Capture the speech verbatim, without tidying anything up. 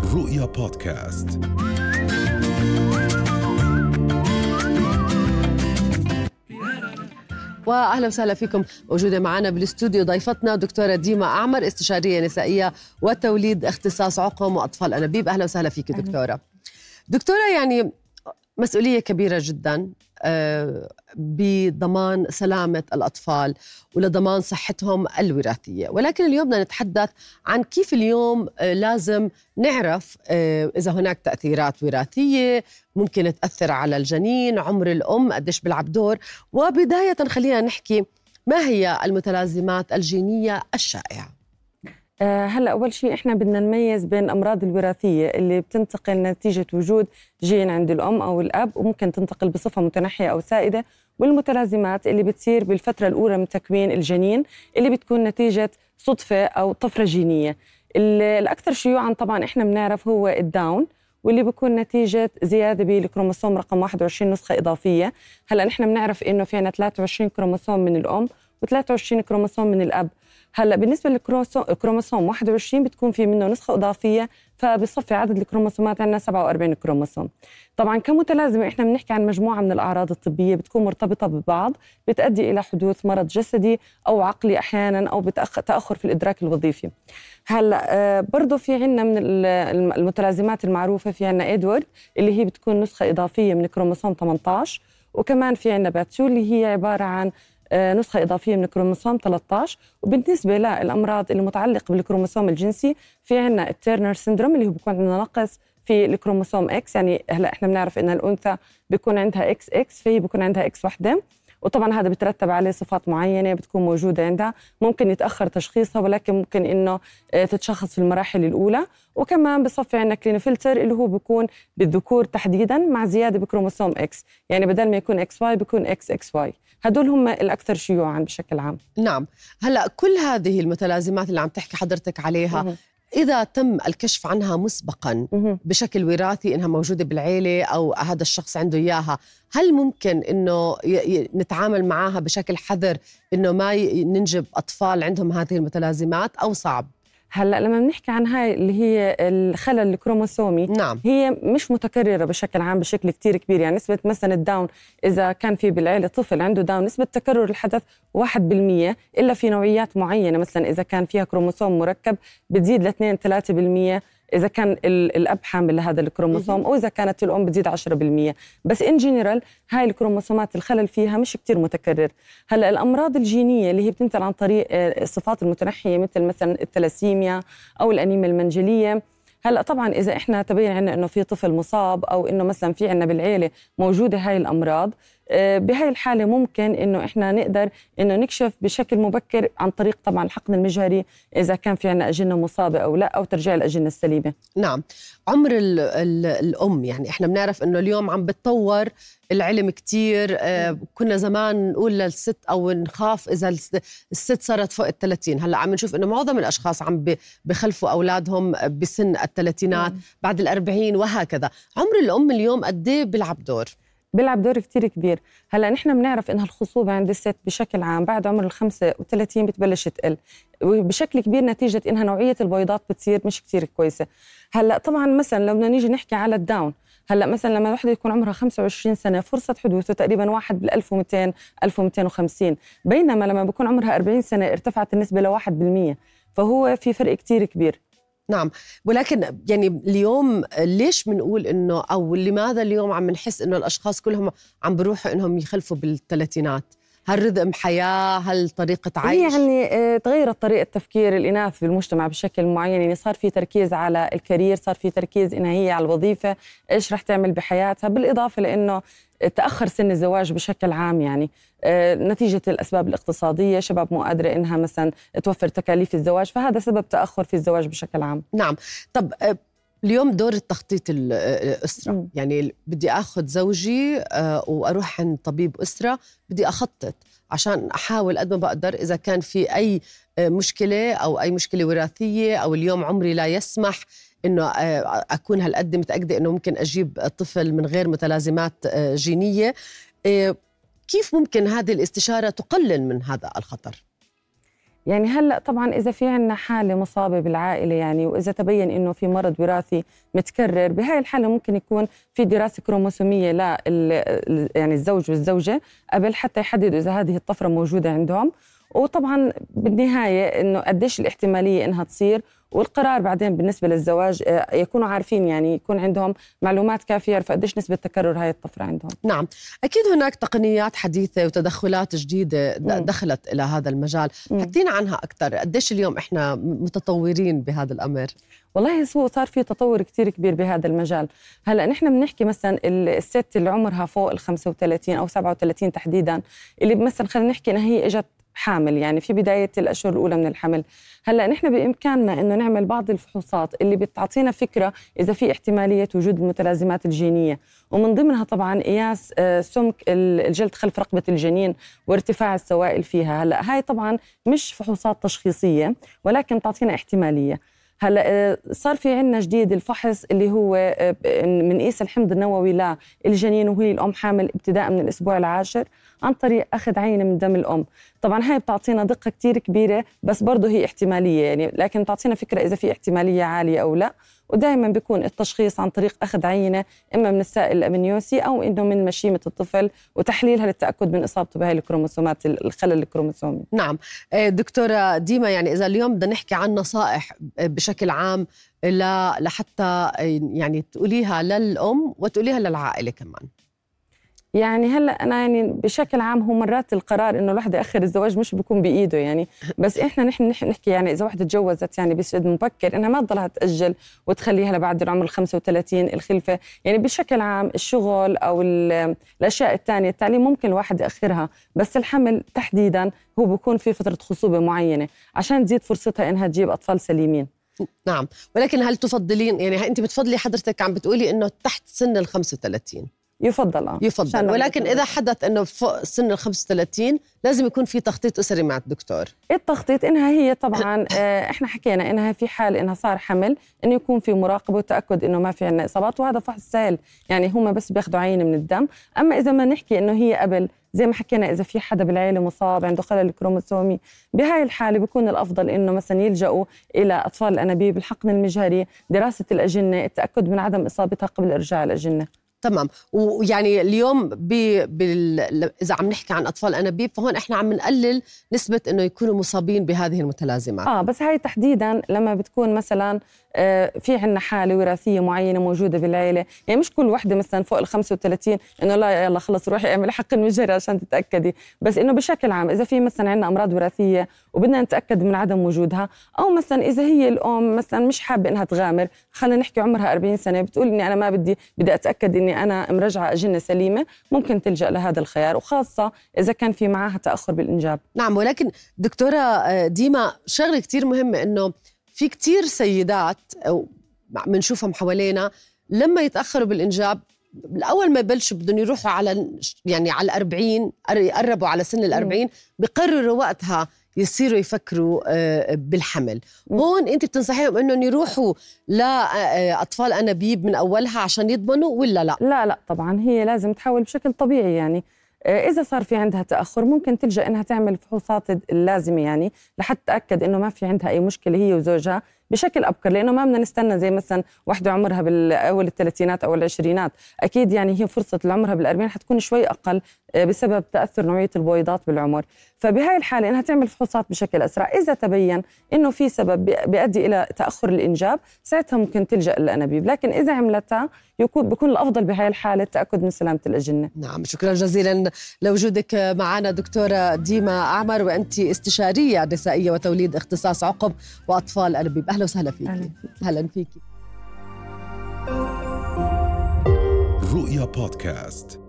رؤيا بودكاست. وأهلا وسهلا فيكم. موجودة معنا بالاستوديو ضيفتنا دكتورة ديما أعمر، استشارية نسائية وتوليد اختصاص عقم وأطفال أنابيب. أهلا وسهلا فيك دكتورة. دكتورة، يعني مسؤولية كبيرة جدا بضمان سلامة الأطفال ولضمان صحتهم الوراثية، ولكن اليوم بدنا نتحدث عن كيف اليوم لازم نعرف إذا هناك تأثيرات وراثية ممكن تأثر على الجنين، عمر الأم قديش بيلعب دور. وبداية خلينا نحكي ما هي المتلازمات الجينية الشائعة؟ هلا أول شيء إحنا بدنا نميز بين الأمراض الوراثية اللي بتنتقل نتيجة وجود جين عند الأم أو الأب وممكن تنتقل بصفة متنحية أو سائدة، والمتلازمات اللي بتصير بالفترة الأولى من تكوين الجنين اللي بتكون نتيجة صدفة أو طفرة جينية. الأكثر شيوعاً طبعاً إحنا بنعرف هو الداون، واللي بيكون نتيجة زيادة بالكروموسوم رقم واحد وعشرين نسخة إضافية. هلا نحن بنعرف إنه في عنا ثلاثة وعشرين كروموسوم من الأم وثلاثة وعشرين كروموسوم من الأب. هلا بالنسبه للكروموسوم واحد وعشرين بتكون في منه نسخه اضافيه، فبصفي عدد الكروموسومات عندنا سبعة وأربعين كروموسوم. طبعا كمتلازمه احنا بنحكي عن مجموعه من الاعراض الطبيه بتكون مرتبطه ببعض، بتؤدي الى حدوث مرض جسدي او عقلي احيانا، او تاخر في الادراك الوظيفي. هلا برضه في عندنا من المتلازمات المعروفه، في عندنا ادوارد اللي هي بتكون نسخه اضافيه من كروموسوم ثمانية عشر، وكمان في عندنا باتسو اللي هي عباره عن نسخة إضافية من الكروموسوم ثلاثة عشر. وبالنسبة للأمراض اللي متعلقة بالكروموسوم الجنسي في عنا التيرنر سيندروم اللي هو بيكون عندنا نقص في الكروموسوم إكس. يعني هلا إحنا بنعرف إن الأنثى بيكون عندها إكس إكس، فهي بيكون عندها إكس وحدة، وطبعا هذا بترتب عليه صفات معينة بتكون موجودة عندها. ممكن يتأخر تشخيصها، ولكن ممكن إنه تتشخص في المراحل الأولى. وكمان بصفي عندنا كلينفلتر اللي هو بيكون بالذكور تحديدا مع زيادة بكروموسوم إكس، يعني بدل ما يكون إكس واي بيكون إكس إكس واي. هدول هم الأكثر شيوعاً بشكل عام. نعم. هلأ كل هذه المتلازمات اللي عم تحكي حضرتك عليها مه. إذا تم الكشف عنها مسبقاً مه. بشكل وراثي إنها موجودة بالعيلة أو هذا الشخص عنده إياها، هل ممكن إنه نتعامل معها بشكل حذر إنه ما ننجب أطفال عندهم هذه المتلازمات أو صعب؟ هلا لما بنحكي عن هاي اللي هي الخلل الكروموسومي، نعم. هي مش متكرره بشكل عام بشكل كتير كبير. يعني نسبه مثلا الداون، اذا كان في بالعيله طفل عنده داون، نسبه تكرر الحدث واحد بالمية، الا في نوعيات معينه مثلا اذا كان فيها كروموسوم مركب بتزيد ل اثنين ثلاثة بالمية إذا كان الأب حامل لهذا الكروموسوم، أو إذا كانت الأم بتزيد عشرة بالمية. بس إن جنرال هاي الكروموسومات الخلل فيها مش كتير متكرر. هلأ الأمراض الجينية اللي هي بتنتقل عن طريق الصفات المتنحية مثل مثلا الثلاسيميا أو الأنيميا المنجلية، هلأ طبعاً إذا إحنا تبين عنا إنه في طفل مصاب أو إنه مثلاً في عنا بالعيلة موجودة هاي الأمراض، بهاي الحالة ممكن إنه إحنا نقدر إنه نكشف بشكل مبكر عن طريق طبعاً الحقن المجهري إذا كان في عنا أجنة مصابة أو لا، أو ترجيع الأجنة السليمة. نعم. عمر ال ال الأم، يعني إحنا بنعرف إنه اليوم عم بتطور العلم كتير. آه كنا زمان نقول للست أو نخاف إذا الست صارت فوق الثلاثين. هلأ عم نشوف إنه معظم الأشخاص عم بخلفوا أولادهم بسن الثلاثينات بعد الأربعين وهكذا. عمر الأم اليوم قديه بيلعب دور؟ بيلعب دور كتير كبير. هلا نحن بنعرف إنها الخصوبة عند الست بشكل عام بعد عمر الخمسة وثلاثين بتبلش تقل بشكل كبير، نتيجة إنها نوعية البويضات بتصير مش كتير كويسة. هلا طبعا مثلا لو بدنا نيجي نحكي على الداون، هلا مثلا لما الوحده يكون عمرها خمسة وعشرين سنة فرصة حدوثه تقريبا واحد بالألف ومئتين ألف ومئتين وخمسين، بينما لما بيكون عمرها أربعين سنة ارتفعت النسبة لواحد بالمية. فهو في فرق كتير كبير. نعم. ولكن يعني اليوم ليش منقول إنه أو لماذا اليوم عم نحس إنه الأشخاص كلهم عم بروحوا إنهم يخلفوا بالثلاثينات؟ هل رذم حياة؟ هل طريقة عيش؟ يعني تغيرت طريقة تفكير الإناث بالمجتمع بشكل معين. يعني صار في تركيز على الكارير، صار في تركيز إنها هي على الوظيفة، إيش رح تعمل بحياتها، بالإضافة لأنه تأخر سن الزواج بشكل عام. يعني نتيجة الأسباب الاقتصادية، شباب مو قادرة إنها مثلا توفر تكاليف الزواج، فهذا سبب تأخر في الزواج بشكل عام. نعم. طب اليوم دور التخطيط الأسرة، م. يعني بدي أخذ زوجي وأروح عند طبيب أسرة، بدي أخطط عشان أحاول قد ما بقدر إذا كان في أي مشكلة أو أي مشكلة وراثية، أو اليوم عمري لا يسمح إنه أكون هالقد متأكدة إنه ممكن أجيب طفل من غير متلازمات جينية. كيف ممكن هذه الاستشارة تقلل من هذا الخطر؟ يعني هلأ طبعا إذا في عنا حالة مصابة بالعائلة يعني وإذا تبين إنه في مرض وراثي متكرر، بهاي الحالة ممكن يكون في دراسة كروموسومية لا يعني الزوج والزوجة قبل حتى يحددوا إذا هذه الطفرة موجودة عندهم. وطبعا بالنهاية إنه قديش الاحتمالية إنها تصير، والقرار بعدين بالنسبة للزواج يكونوا عارفين يعني يكون عندهم معلومات كافية يعرفوا قديش نسبة تكرر هاي الطفرة عندهم. نعم أكيد هناك تقنيات حديثة وتدخلات جديدة دخلت إلى هذا المجال، حكينا عنها أكثر. قديش اليوم إحنا متطورين بهذا الأمر؟ والله هو صار في تطور كتير كبير بهذا المجال. هلأ نحن بنحكي مثلا الست اللي عمرها فوق ال خمسة وثلاثين أو سبعة وثلاثين تحديدا، اللي مثلا خلينا نحكي إنها هي إجت حامل يعني في بداية الأشهر الأولى من الحمل. هلأ نحن بإمكاننا إنه نعمل بعض الفحوصات اللي بتعطينا فكرة إذا في احتمالية وجود المتلازمات الجينية، ومن ضمنها طبعاً قياس سمك الجلد خلف رقبة الجنين وارتفاع السوائل فيها. هلأ هاي طبعاً مش فحوصات تشخيصية ولكن تعطينا احتمالية. هلا صار في عنا جديد الفحص اللي هو منقيس الحمض النووي للجنين وهي الأم حامل ابتداء من الأسبوع العاشر عن طريق أخذ عينة من دم الأم. طبعا هاي بتعطينا دقة كتير كبيرة بس برضه هي احتمالية يعني، لكن بتعطينا فكرة إذا في احتمالية عالية أو لا. ودائما بيكون التشخيص عن طريق أخذ عينة إما من السائل الأمنيوسي أو إنه من مشيمة الطفل وتحليلها للتأكد من إصابته بهاي الكروموسومات الخلل الكروموسومي. نعم دكتورة ديما، يعني إذا اليوم بدنا نحكي عن نصائح بشكل عام لحتى يعني تقوليها للأم وتقوليها للعائلة كمان. يعني هلا انا يعني بشكل عام هو مرات القرار انه الواحد ياخر الزواج مش بيكون بايده يعني، بس احنا نحن نحكي يعني اذا واحده تجوزت يعني بسن مبكر انها ما تضلها تاجل وتخليها لبعد العمر الخمسة وثلاثين الخلفه. يعني بشكل عام الشغل او الاشياء الثانيه التعليم ممكن الواحد ياخرها، بس الحمل تحديدا هو بيكون في فتره خصوبه معينه عشان تزيد فرصتها انها تجيب اطفال سليمين. نعم، ولكن هل تفضلين يعني انت بتفضلي حضرتك عم بتقولي انه تحت سن ال خمسة وثلاثين يفضل اه يفضل، ولكن إذا حدث إنه فوق سن ال خمسة وثلاثين لازم يكون في تخطيط أسري مع الدكتور. التخطيط إنها هي طبعاً إحنا حكينا إنها في حال إنها صار حمل إنه يكون في مراقبة وتأكد إنه ما في عنا إصابات، وهذا فحص سهل يعني هم بس بياخدوا عينة من الدم. أما إذا ما نحكي إنه هي قبل زي ما حكينا إذا في حدا بالعيلة مصاب عنده خلل كروموسومي، بهاي الحالة بيكون الأفضل إنه مثلا يلجأوا إلى أطفال الأنابيب، الحقن المجهري، دراسة الأجنة، التأكد من عدم إصابتها قبل إرجاع الأجنة. تمام. ويعني اليوم بي بال... إذا عم نحكي عن أطفال أنابيب فهون إحنا عم نقلل نسبة إنه يكونوا مصابين بهذه المتلازمات. آه بس هاي تحديداً لما بتكون مثلاً آه في عنا حالة وراثية معينة موجودة بالعيلة، يعني مش كل وحدة مثلاً فوق ال خمسة وثلاثين إنه لا يلا خلص روحي اعملي حقن مجهري عشان تتأكدي، بس إنه بشكل عام إذا في مثلاً عنا أمراض وراثية وبدنا نتأكد من عدم وجودها، أو مثلاً إذا هي الأم مثلاً مش حابة إنها تغامر، خلينا نحكي عمرها أربعين سنة بتقول إني أنا ما بدي بدي أتأكد إني أنا مرجعة أجنة سليمة، ممكن تلجأ لهذا الخيار، وخاصة إذا كان في معها تأخر بالإنجاب. نعم، ولكن دكتورة ديما شغلة كتير مهمة إنه في كتير سيدات بنشوفهم حوالينا لما يتأخروا بالإنجاب الأول ما يبلشوا بدهم يروحوا على يعني على الأربعين، يقربوا على سن الأربعين بقرروا وقتها يصيروا يفكروا بالحمل. هون أنت بتنصحيهم إنهم يروحوا لأطفال أنابيب من أولها عشان يضمنوا ولا لا؟ لا لا طبعا هي لازم تحاول بشكل طبيعي يعني. إذا صار في عندها تأخر ممكن تلجأ إنها تعمل الفحوصات اللازمة يعني لحتى تأكد إنه ما في عندها أي مشكلة هي وزوجها بشكل أبكر، لأنه ما بدنا نستنى زي مثلا واحدة عمرها بالأول الثلاثينات أو العشرينات، أكيد يعني هي فرصة العمرها بالأربعين حتكون شوي أقل بسبب تأثر نوعية البويضات بالعمر. فبهاي الحالة إنها تعمل فحوصات بشكل أسرع. إذا تبين إنه في سبب بيؤدي إلى تأخر الإنجاب ساعتها ممكن تلجأ للأنابيب، لكن إذا عملتها يكون بيكون الأفضل بهاي الحالة التأكد من سلامة الأجنة. نعم، شكرا جزيلا لوجودك معنا دكتورة ديما أعمر، وأنت استشارية نسائية وتوليد اختصاص عقم وأطفال أنابيب. أهلا وسهلا فيك. أهلا فيك. رؤيا بودكاست.